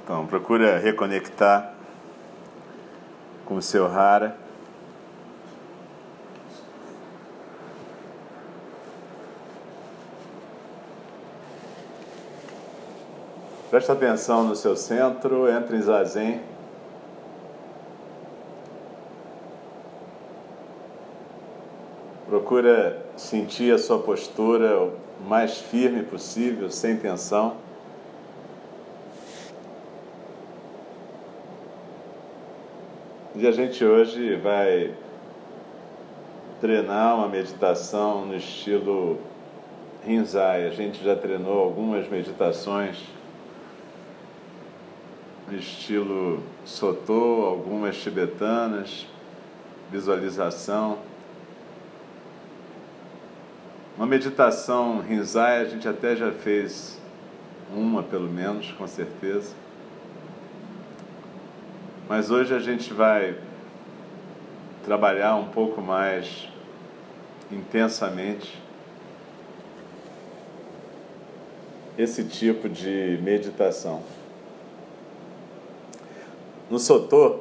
Então, procura reconectar com o seu Hara. Presta atenção no seu centro, entra em Zazen. Procura sentir a sua postura o mais firme possível, sem tensão. E a gente hoje vai treinar uma meditação no estilo Rinzai. A gente já treinou algumas meditações no estilo Sotô, algumas tibetanas, visualização. Uma meditação Rinzai a gente até já fez uma, pelo menos, com certeza. Mas hoje a gente vai trabalhar um pouco mais intensamente esse tipo de meditação. No Sotô,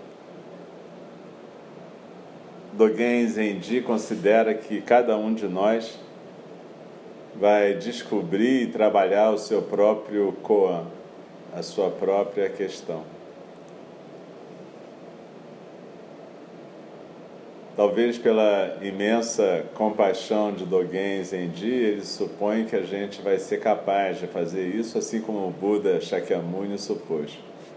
Dogen Zenji considera que cada um de nós vai descobrir e trabalhar o seu próprio koan, a sua própria questão. Talvez pela imensa compaixão de Dogen Zenji, ele supõe que a gente vai ser capaz de fazer isso, assim como o Buda Shakyamuni supôs.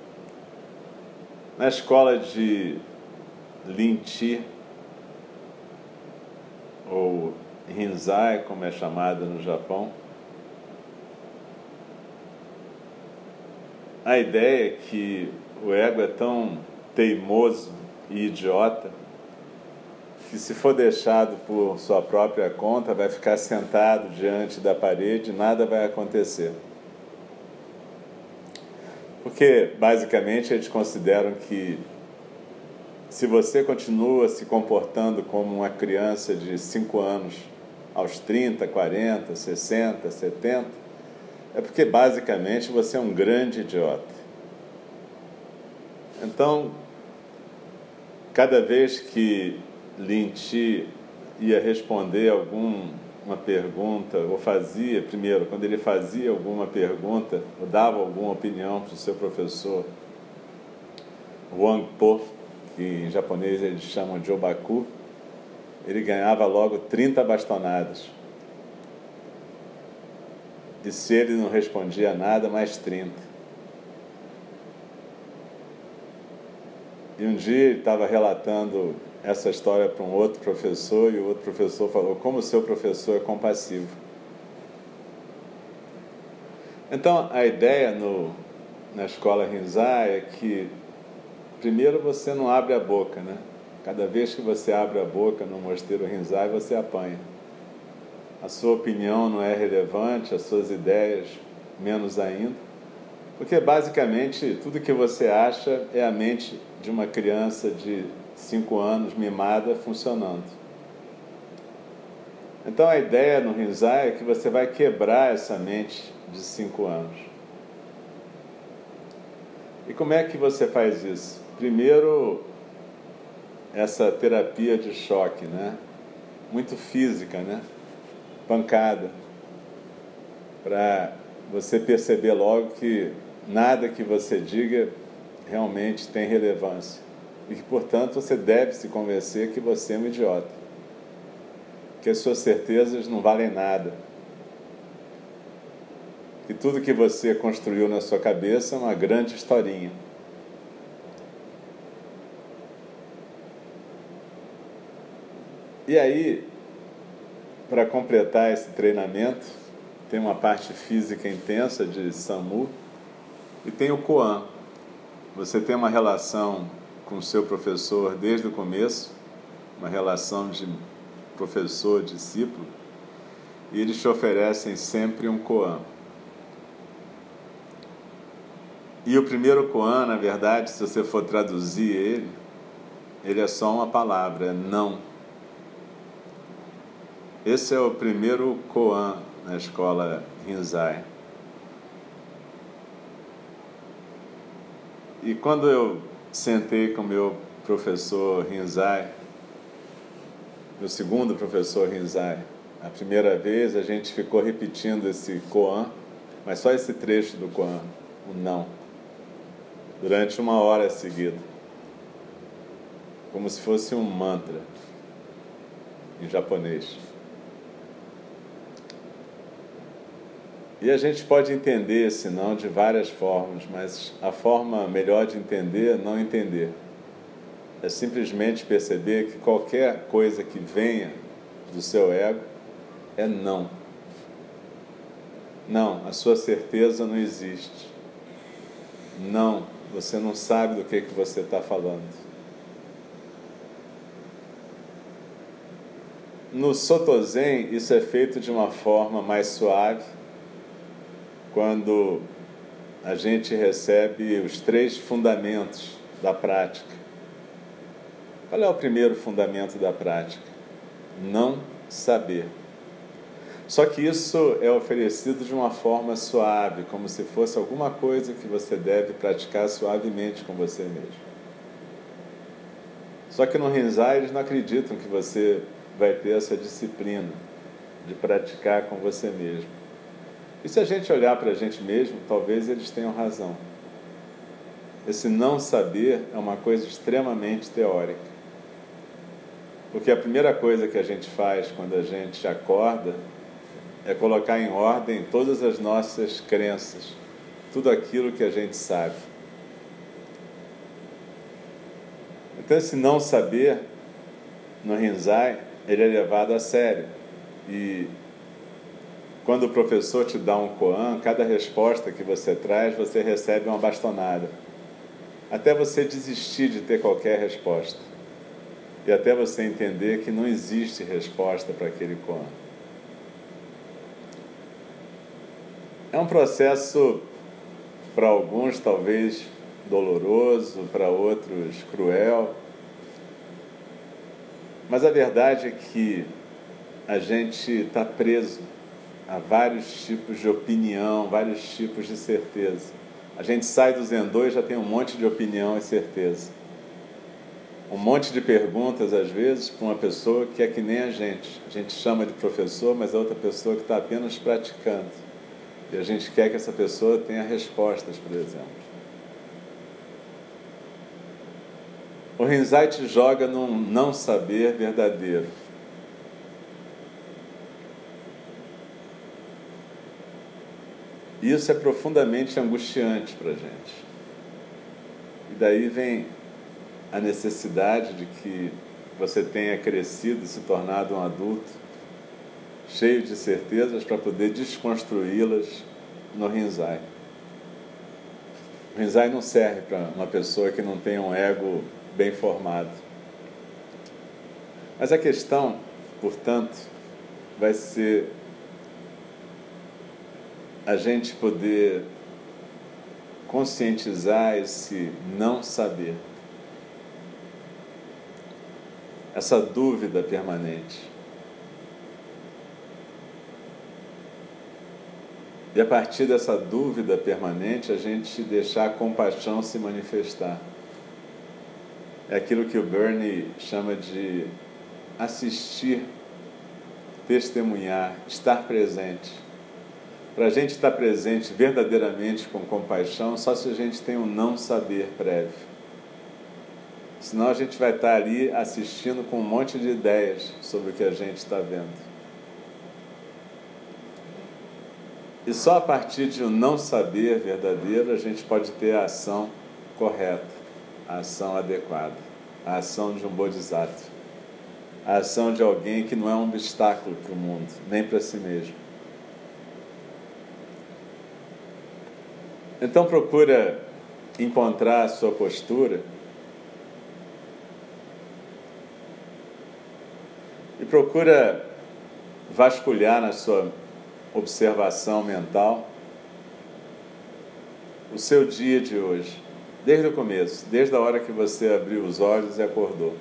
Na escola de Linchi, ou Rinzai, como é chamada no Japão, a ideia é que o ego é tão teimoso e idiota que, se for deixado por sua própria conta, vai ficar sentado diante da parede e nada vai acontecer. Porque, basicamente, eles consideram que se você continua se comportando como uma criança de 5 anos aos 30, 40, 60, 70, é porque, basicamente, você é um grande idiota. Então, cada vez que Linchi ia responder alguma pergunta, ou fazia, primeiro, quando ele fazia alguma pergunta, ou dava alguma opinião para o seu professor Wangpo, que em japonês eles chamam de Obaku, ele ganhava logo 30 bastonadas. E se ele não respondia nada, mais 30. E um dia ele estava relatando essa história para um outro professor, e o outro professor falou: como o seu professor é compassivo. Então, a ideia na escola Rinzai é que, primeiro, você não abre a boca, né? Cada vez que você abre a boca no mosteiro Rinzai, você apanha. A sua opinião não é relevante, as suas ideias menos ainda, porque, basicamente, tudo que você acha é a mente de uma criança de 5 anos, mimada, funcionando. Então, a ideia no Rinzai é que você vai quebrar essa mente de 5 anos. E como é que você faz isso? Primeiro, essa terapia de choque, né? Muito física, né? Pancada. Para você perceber logo que nada que você diga realmente tem relevância. E que, portanto, você deve se convencer que você é um idiota. Que as suas certezas não valem nada. Que tudo que você construiu na sua cabeça é uma grande historinha. E aí, para completar esse treinamento, tem uma parte física intensa de Samu e tem o Koan. Você tem uma relação com o seu professor desde o começo, uma relação de professor-discípulo, e eles te oferecem sempre um Koan. E o primeiro Koan, na verdade, se você for traduzir ele é só uma palavra, é não. Esse é o primeiro Koan na escola Rinzai. E quando eu sentei com meu professor Rinzai, meu segundo professor Rinzai, a primeira vez a gente ficou repetindo esse koan, mas só esse trecho do koan, o não, durante 1 hora seguida, como se fosse um mantra em japonês. E a gente pode entender esse não de várias formas, mas a forma melhor de entender é não entender. É simplesmente perceber que qualquer coisa que venha do seu ego é não. Não, a sua certeza não existe. Não, você não sabe do que você está falando. No Soto Zen, isso é feito de uma forma mais suave, quando a gente recebe os 3 fundamentos da prática. Qual é o primeiro fundamento da prática? Não saber. Só que isso é oferecido de uma forma suave, como se fosse alguma coisa que você deve praticar suavemente com você mesmo. Só que no Rinzai eles não acreditam que você vai ter essa disciplina de praticar com você mesmo. E se a gente olhar para a gente mesmo, talvez eles tenham razão. Esse não saber é uma coisa extremamente teórica. Porque a primeira coisa que a gente faz quando a gente acorda é colocar em ordem todas as nossas crenças, tudo aquilo que a gente sabe. Então esse não saber, no Rinzai, ele é levado a sério. E quando o professor te dá um koan, cada resposta que você traz, você recebe uma bastonada. Até você desistir de ter qualquer resposta. E até você entender que não existe resposta para aquele koan. É um processo, para alguns, talvez doloroso, para outros, cruel. Mas a verdade é que a gente está preso a vários tipos de opinião, vários tipos de certeza. A gente sai do Zendô e já tem um monte de opinião e certeza. Um monte de perguntas, às vezes, para uma pessoa que é que nem a gente. A gente chama de professor, mas é outra pessoa que está apenas praticando. E a gente quer que essa pessoa tenha respostas, por exemplo. O Rinzai te joga num não saber verdadeiro. E isso é profundamente angustiante para a gente. E daí vem a necessidade de que você tenha crescido e se tornado um adulto, cheio de certezas para poder desconstruí-las no Rinzai. O Rinzai não serve para uma pessoa que não tem um ego bem formado. Mas a questão, portanto, vai ser a gente poder conscientizar esse não saber, essa dúvida permanente. E a partir dessa dúvida permanente, a gente deixar a compaixão se manifestar. É aquilo que o Bernie chama de assistir, testemunhar, estar presente. Para a gente estar presente verdadeiramente com compaixão, só se a gente tem um não saber prévio. Senão a gente vai estar ali assistindo com um monte de ideias sobre o que a gente está vendo. E só a partir de um não saber verdadeiro a gente pode ter a ação correta, a ação adequada, a ação de um bodhisattva, a ação de alguém que não é um obstáculo para o mundo, nem para si mesmo. Então procura encontrar a sua postura e procura vasculhar na sua observação mental o seu dia de hoje, desde o começo, desde a hora que você abriu os olhos e acordou.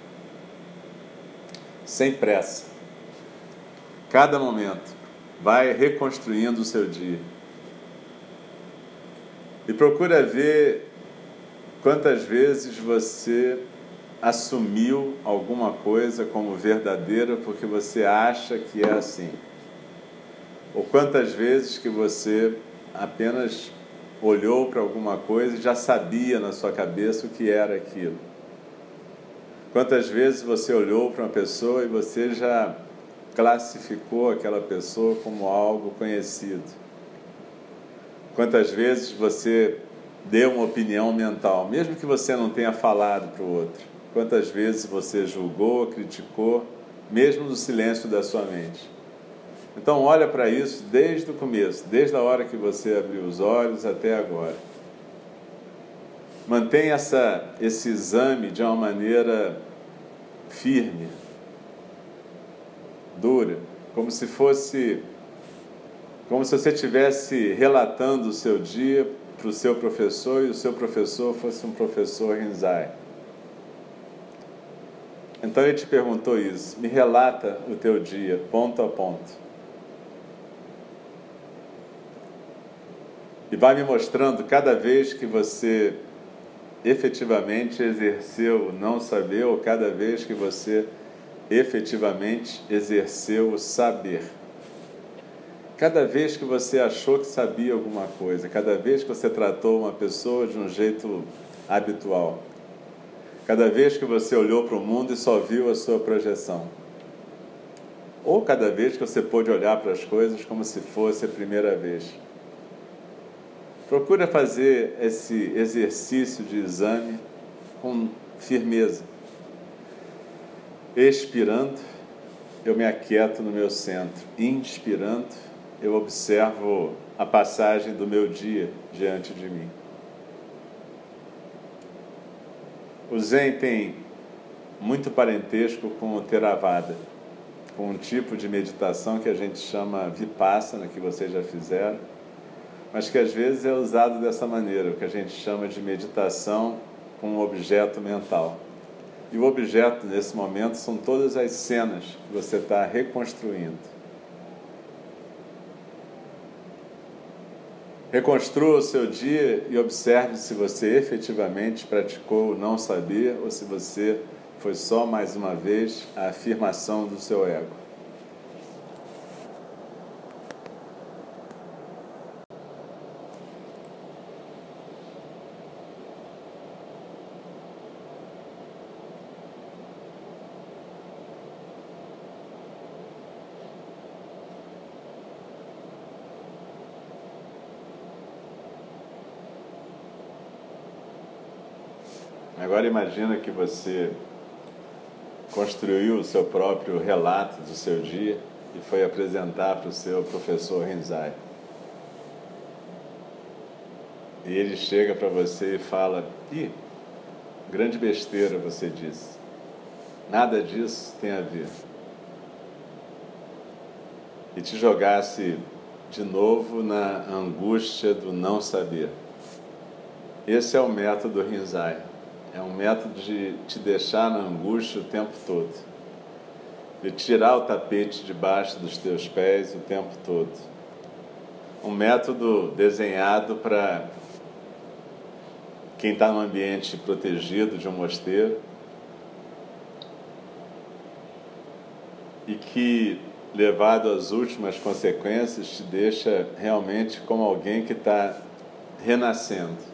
Sem pressa. Cada momento vai reconstruindo o seu dia. E procura ver Quantas vezes você assumiu alguma coisa como verdadeira porque você acha que é assim? Ou quantas vezes que você apenas olhou para alguma coisa e já sabia na sua cabeça o que era aquilo? Quantas vezes você olhou para uma pessoa e você já classificou aquela pessoa como algo conhecido? Quantas vezes você deu uma opinião mental, mesmo que você não tenha falado para o outro? Quantas vezes você julgou, criticou, mesmo no silêncio da sua mente? Então olha para isso desde o começo, desde a hora que você abriu os olhos até agora. Mantenha esse exame de uma maneira firme, dura, como se você estivesse relatando o seu dia para o seu professor e o seu professor fosse um professor Rinzai. Então ele te perguntou isso: me relata o teu dia, ponto a ponto. E vai me mostrando cada vez que você efetivamente exerceu o não saber, ou cada vez que você efetivamente exerceu o saber. Cada vez que você achou que sabia alguma coisa, cada vez que você tratou uma pessoa de um jeito habitual, cada vez que você olhou para o mundo e só viu a sua projeção, ou cada vez que você pôde olhar para as coisas como se fosse a primeira vez. Procura fazer esse exercício de exame com firmeza. Expirando, eu me aquieto no meu centro. Inspirando, eu observo a passagem do meu dia diante de mim. O Zen tem muito parentesco com o Theravada, com um tipo de meditação que a gente chama Vipassana, que vocês já fizeram, mas que às vezes é usado dessa maneira, o que a gente chama de meditação com um objeto mental. E o objeto, nesse momento, são todas as cenas que você está reconstruindo. Reconstrua o seu dia e observe se você efetivamente praticou o não saber ou se você foi só, mais uma vez, a afirmação do seu ego. Agora imagina que você construiu o seu próprio relato do seu dia e foi apresentar para o seu professor Rinzai. E ele chega para você e fala: ih, grande besteira você disse. Nada disso tem a ver. E te jogasse de novo na angústia do não saber. Esse é o método Rinzai. É um método de te deixar na angústia o tempo todo, de tirar o tapete debaixo dos teus pés o tempo todo. Um método desenhado para quem está num ambiente protegido de um mosteiro e que, levado às últimas consequências, te deixa realmente como alguém que está renascendo.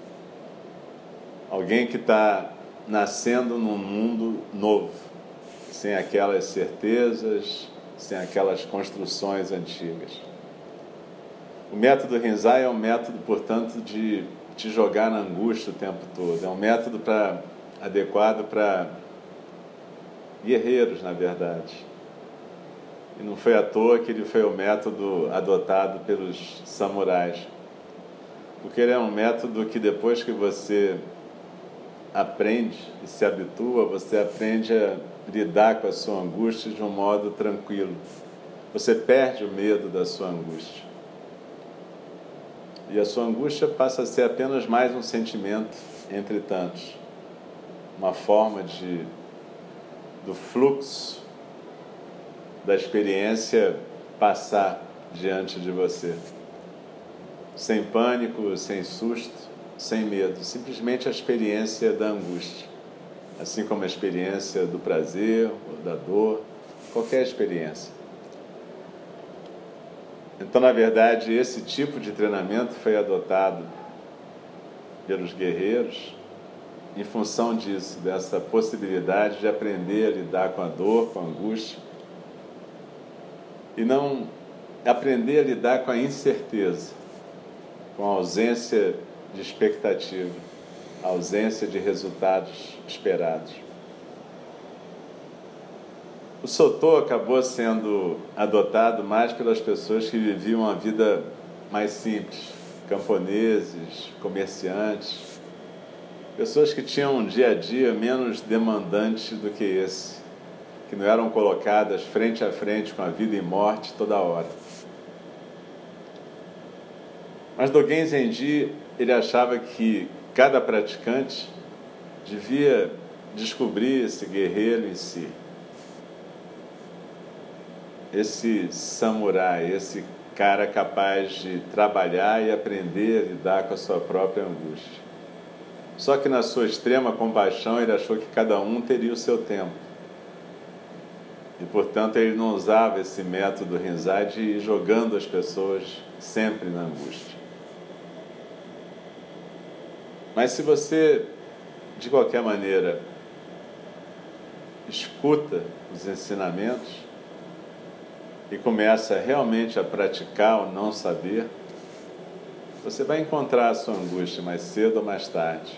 Alguém que está nascendo num mundo novo, sem aquelas certezas, sem aquelas construções antigas. O método Rinzai é um método, portanto, de te jogar na angústia o tempo todo. É um método adequado para guerreiros, na verdade. E não foi à toa que ele foi o método adotado pelos samurais. Porque ele é um método que, depois que você aprende e se habitua, você aprende a lidar com a sua angústia de um modo tranquilo. Você perde o medo da sua angústia. E a sua angústia passa a ser apenas mais um sentimento entre tantos. Uma forma do fluxo da experiência passar diante de você. Sem pânico, sem susto, sem medo, simplesmente a experiência da angústia, assim como a experiência do prazer ou da dor, qualquer experiência. Então, na verdade, esse tipo de treinamento foi adotado pelos guerreiros em função disso, dessa possibilidade de aprender a lidar com a dor, com a angústia, e não aprender a lidar com a incerteza, com a ausência de expectativa, a ausência de resultados esperados. O Sotô acabou sendo adotado mais pelas pessoas que viviam a vida mais simples, camponeses, comerciantes, pessoas que tinham um dia a dia menos demandante do que esse, que não eram colocadas frente a frente com a vida e morte toda hora. Mas Dogen Zenji, ele achava que cada praticante devia descobrir esse guerreiro em si, esse samurai, esse cara capaz de trabalhar e aprender a lidar com a sua própria angústia. Só que na sua extrema compaixão ele achou que cada um teria o seu tempo. E, portanto, ele não usava esse método Rinzai de ir jogando as pessoas sempre na angústia. Mas se você, de qualquer maneira, escuta os ensinamentos e começa realmente a praticar o não saber, você vai encontrar a sua angústia mais cedo ou mais tarde.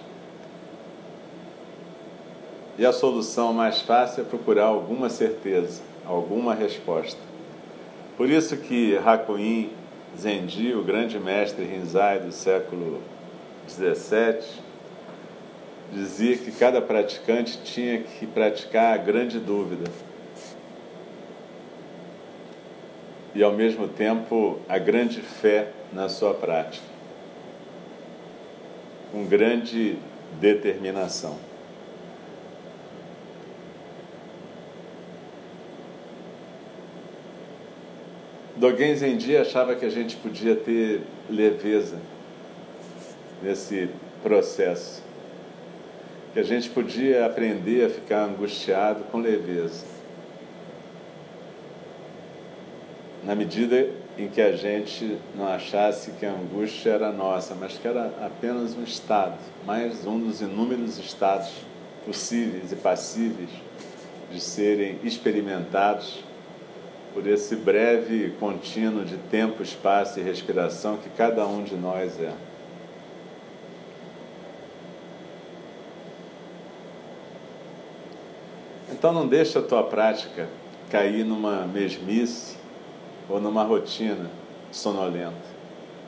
E a solução mais fácil é procurar alguma certeza, alguma resposta. Por isso que Hakuin Zenji, o grande mestre Rinzai do século XVII, dizia que cada praticante tinha que praticar a grande dúvida e, ao mesmo tempo, a grande fé na sua prática, com grande determinação. Dogen Zenji achava que a gente podia ter leveza nesse processo, que a gente podia aprender a ficar angustiado com leveza, na medida em que a gente não achasse que a angústia era nossa, mas que era apenas um estado, mais um dos inúmeros estados possíveis e passíveis de serem experimentados por esse breve contínuo de tempo, espaço e respiração que cada um de nós é. Então não deixa a tua prática cair numa mesmice ou numa rotina sonolenta.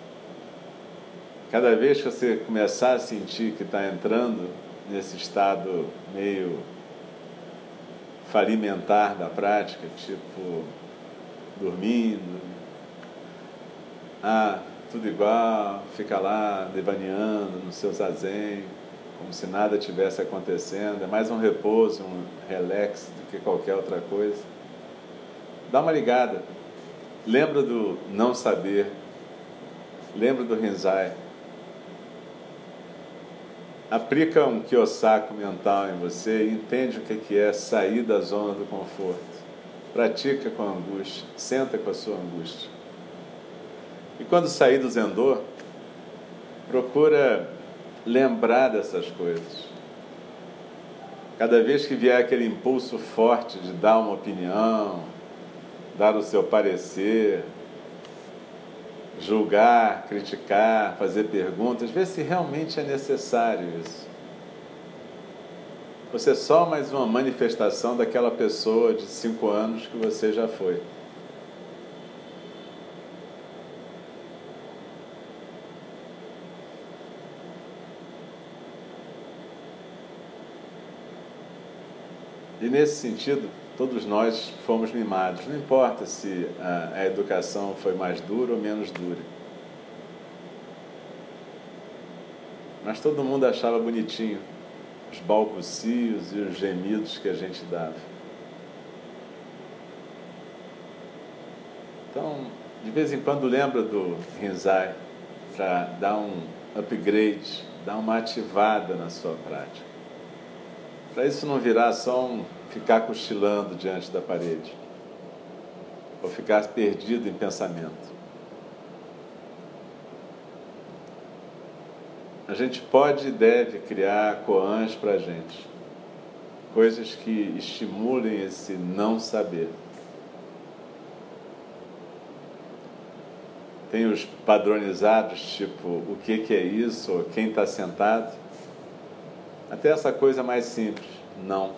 Cada vez que você começar a sentir que está entrando nesse estado meio falimentar da prática, tipo dormindo, tudo igual, fica lá devaneando no seu zazen, como se nada tivesse acontecendo, é mais um repouso, um relax do que qualquer outra coisa. Dá uma ligada, lembra do não saber, lembra do Rinzai, aplica um kiyosako mental em você e entende o que é sair da zona do conforto. Pratica com a angústia, senta com a sua angústia. E quando sair do Zendô, procura lembrar dessas coisas. Cada vez que vier aquele impulso forte de dar uma opinião, dar o seu parecer, julgar, criticar, fazer perguntas, vê se realmente é necessário isso. Você é só mais uma manifestação daquela pessoa de 5 anos que você já foi. E nesse sentido, todos nós fomos mimados. Não importa se a educação foi mais dura ou menos dura. Mas todo mundo achava bonitinho os balbucios e os gemidos que a gente dava. Então, de vez em quando lembra do Rinzai para dar um upgrade dar uma ativada na sua prática. Para isso não virar só ficar cochilando diante da parede, ou ficar perdido em pensamento. A gente pode e deve criar koans para a gente, coisas que estimulem esse não saber. Tem os padronizados, tipo, o que é isso, ou quem está sentado. Até essa coisa mais simples, não.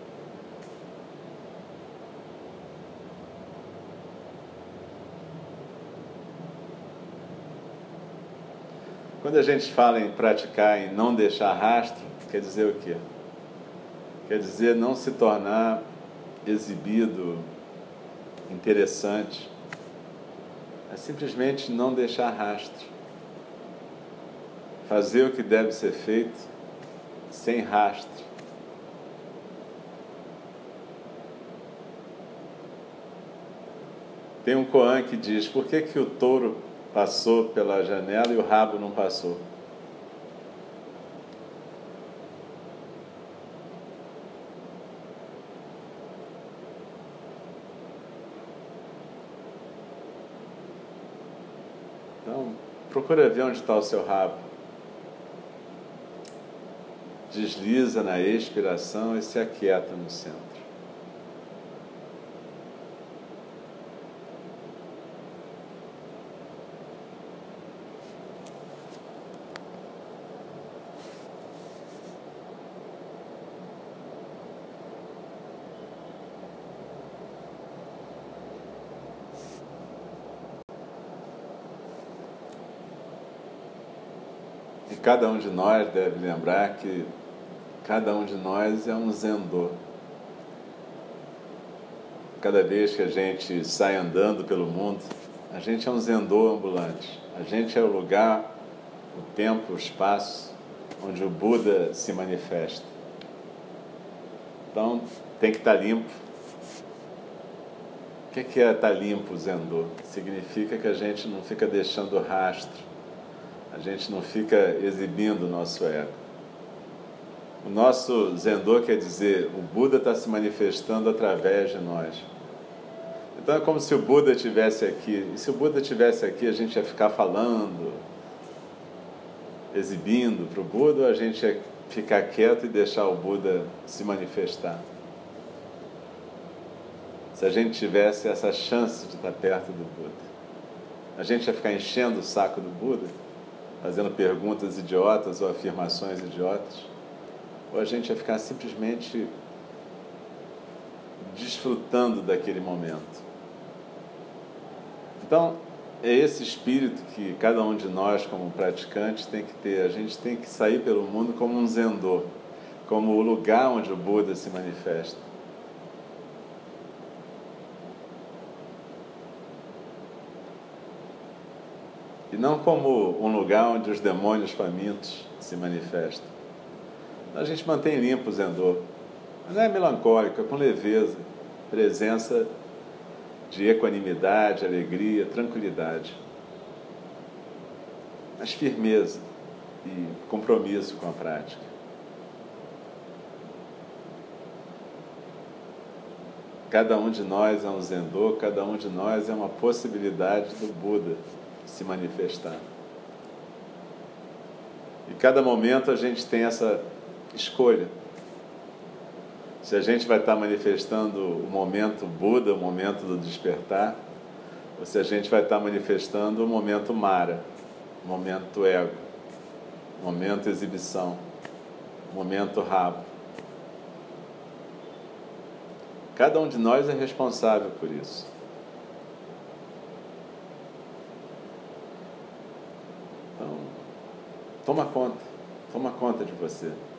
Quando a gente fala em praticar, em não deixar rastro, quer dizer o quê? Quer dizer não se tornar exibido, interessante. É simplesmente não deixar rastro. Fazer o que deve ser feito sem rastro. Tem um koan que diz: por que o touro passou pela janela e o rabo não passou? Então, procura ver onde está o seu rabo. Desliza na expiração e se aquieta no centro. E cada um de nós deve lembrar que cada um de nós é um Zendô. Cada vez que a gente sai andando pelo mundo, a gente é um Zendô ambulante. A gente é o lugar, o tempo, o espaço onde o Buda se manifesta. Então, tem que estar limpo. O que é estar limpo, Zendô? Significa que a gente não fica deixando rastro, a gente não fica exibindo o nosso ego. O nosso Zendô quer dizer, o Buda está se manifestando através de nós. Então é como se o Buda estivesse aqui. E se o Buda estivesse aqui, a gente ia ficar falando, exibindo para o Buda, ou a gente ia ficar quieto e deixar o Buda se manifestar? Se a gente tivesse essa chance de estar perto do Buda, a gente ia ficar enchendo o saco do Buda, fazendo perguntas idiotas ou afirmações idiotas, ou a gente ia ficar simplesmente desfrutando daquele momento. Então, é esse espírito que cada um de nós, como praticantes, tem que ter. A gente tem que sair pelo mundo como um Zendô, como o lugar onde o Buda se manifesta. E não como um lugar onde os demônios famintos se manifestam. A gente mantém limpo o Zendô. Não é melancólico, é com leveza, presença de equanimidade, alegria, tranquilidade. Mas firmeza e compromisso com a prática. Cada um de nós é um Zendô, cada um de nós é uma possibilidade do Buda se manifestar. E cada momento a gente tem essa escolha. Se a gente vai estar manifestando o momento Buda, o momento do despertar, ou se a gente vai estar manifestando o momento Mara, o momento ego, o momento exibição, o momento rabo. Cada um de nós é responsável por isso. Então, toma conta de você.